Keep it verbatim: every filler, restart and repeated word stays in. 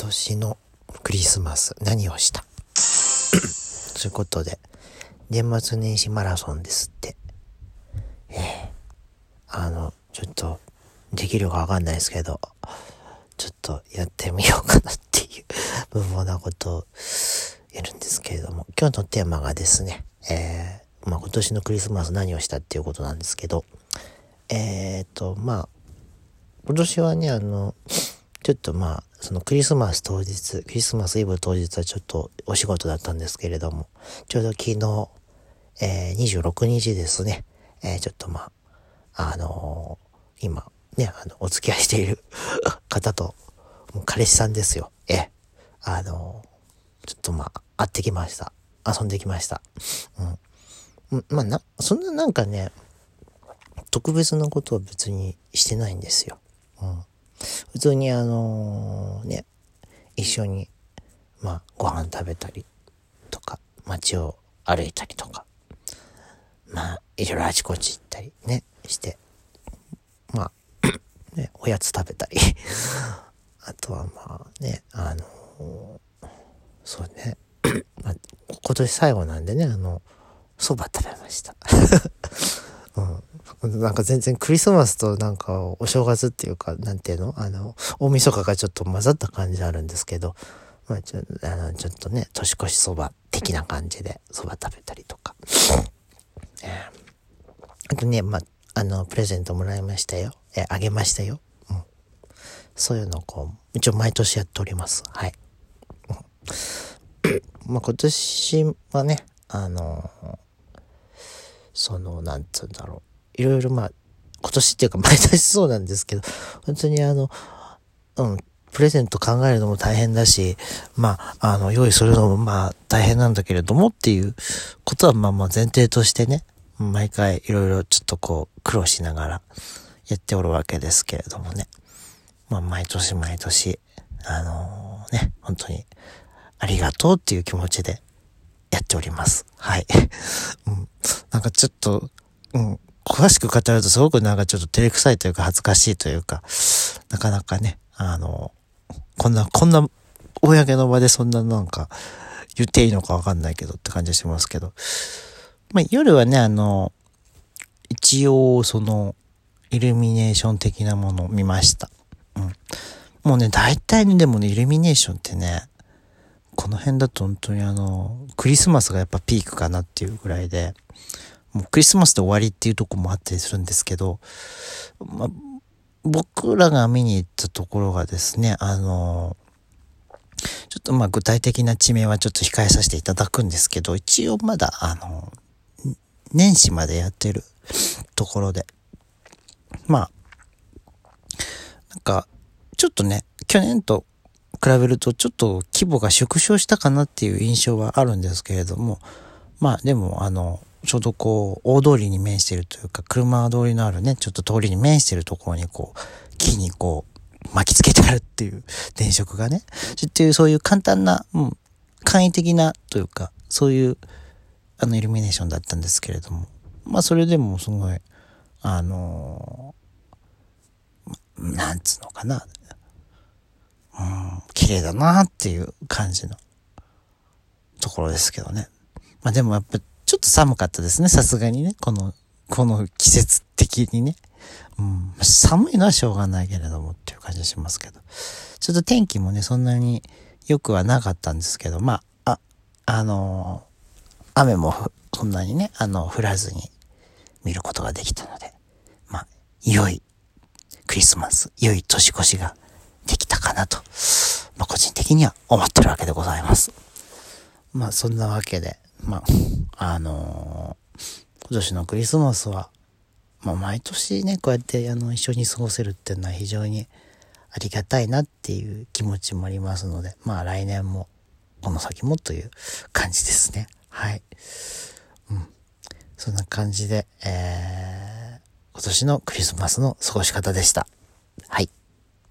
年のクリスマス何をしたということで、年末年始マラソンですって。ええあのちょっとできるかわかんないですけど、ちょっとやってみようかなっていう無謀なことをやるんですけれども、今日のテーマがですね、えー、まあ今年のクリスマス何をしたっていうことなんですけど、えーとまあ今年はね、あのちょっとまあそのクリスマス当日、クリスマスイブ当日はちょっとお仕事だったんですけれども、ちょうど昨日、えー、にじゅうろくにちですね、えー、ちょっとまああのー、今ね、あのお付き合いしている方と、もう彼氏さんですよ。えあのー、ちょっとまあ会ってきました。遊んできました。うん。まあなそんななんかね、特別なことは別にしてないんですよ。うん。普通にあのー、ね、一緒にまあご飯食べたりとか、街を歩いたりとか、まあいろいろあちこち行ったりねして、まあね、おやつ食べたりあとはまあね、あのー、そうねまあ、今年最後なんでね、あのそば食べましたうん、なんか全然クリスマスとなんかお正月っていうか、なんていうの、あの大晦日がちょっと混ざった感じあるんですけど、まあちょあのちょっとね、年越しそば的な感じでそば食べたりとか、えー、あとね、まああのプレゼントもらいましたよ、えー、あげましたよ、うん、そういうのをこう一応毎年やっております。はい、まあ今年はね、あのー、そのなんつうんだろう、いろいろまあ今年っていうか毎年そうなんですけど、本当にあのうんプレゼント考えるのも大変だし、まああの用意するのもまあ大変なんだけれどもっていうことはまあまあ前提としてね、毎回いろいろちょっとこう苦労しながらやっておるわけですけれどもね、まあ毎年毎年あのー、ね本当にありがとうっていう気持ちでやっております。はい、うん、なんかちょっと、うん、詳しく語るとすごくなんかちょっと照れくさいというか恥ずかしいというか、なかなかね、あのこんなこんな公の場でそんななんか言っていいのかわかんないけどって感じがしますけど、まあ夜はね、あの一応そのイルミネーション的なものを見ました。うん。もうね、大体にでもね、イルミネーションってね、この辺だと本当にあのクリスマスがやっぱピークかなっていうぐらいで、もうクリスマスで終わりっていうとこもあったりするんですけど、まあ、僕らが見に行ったところがですね、あのちょっとまあ具体的な地名はちょっと控えさせていただくんですけど、一応まだあの年始までやってるところで、まあなんかちょっとね、去年と比べるとちょっと規模が縮小したかなっていう印象はあるんですけれども、まあでもあのちょうどこう大通りに面しているというか、車通りのあるねちょっと通りに面しているところにこう木にこう巻きつけてあるっていう電飾がねっていう、そういう簡単な、うん、簡易的なというか、そういうあのイルミネーションだったんですけれども、まあそれでもすごいあのー、なんつうのかな、うん、綺麗だなっていう感じのところですけどね。まあでもやっぱちょっと寒かったですね、さすがにね、このこの季節的にね、うん、寒いのはしょうがないけれどもっていう感じがしますけど、ちょっと天気もねそんなに良くはなかったんですけど、まあああのー、雨もそんなにねあの降らずに見ることができたので、まあ良いクリスマス、良い年越しができたかなと、まあ、個人的には思ってるわけでございます。まあそんなわけで、まああのー、今年のクリスマスは、まあ毎年ねこうやってあの一緒に過ごせるっていうのは非常にありがたいなっていう気持ちもありますので、まあ来年もこの先もという感じですね。はい、うん、そんな感じで、えー、今年のクリスマスの過ごし方でした。はい。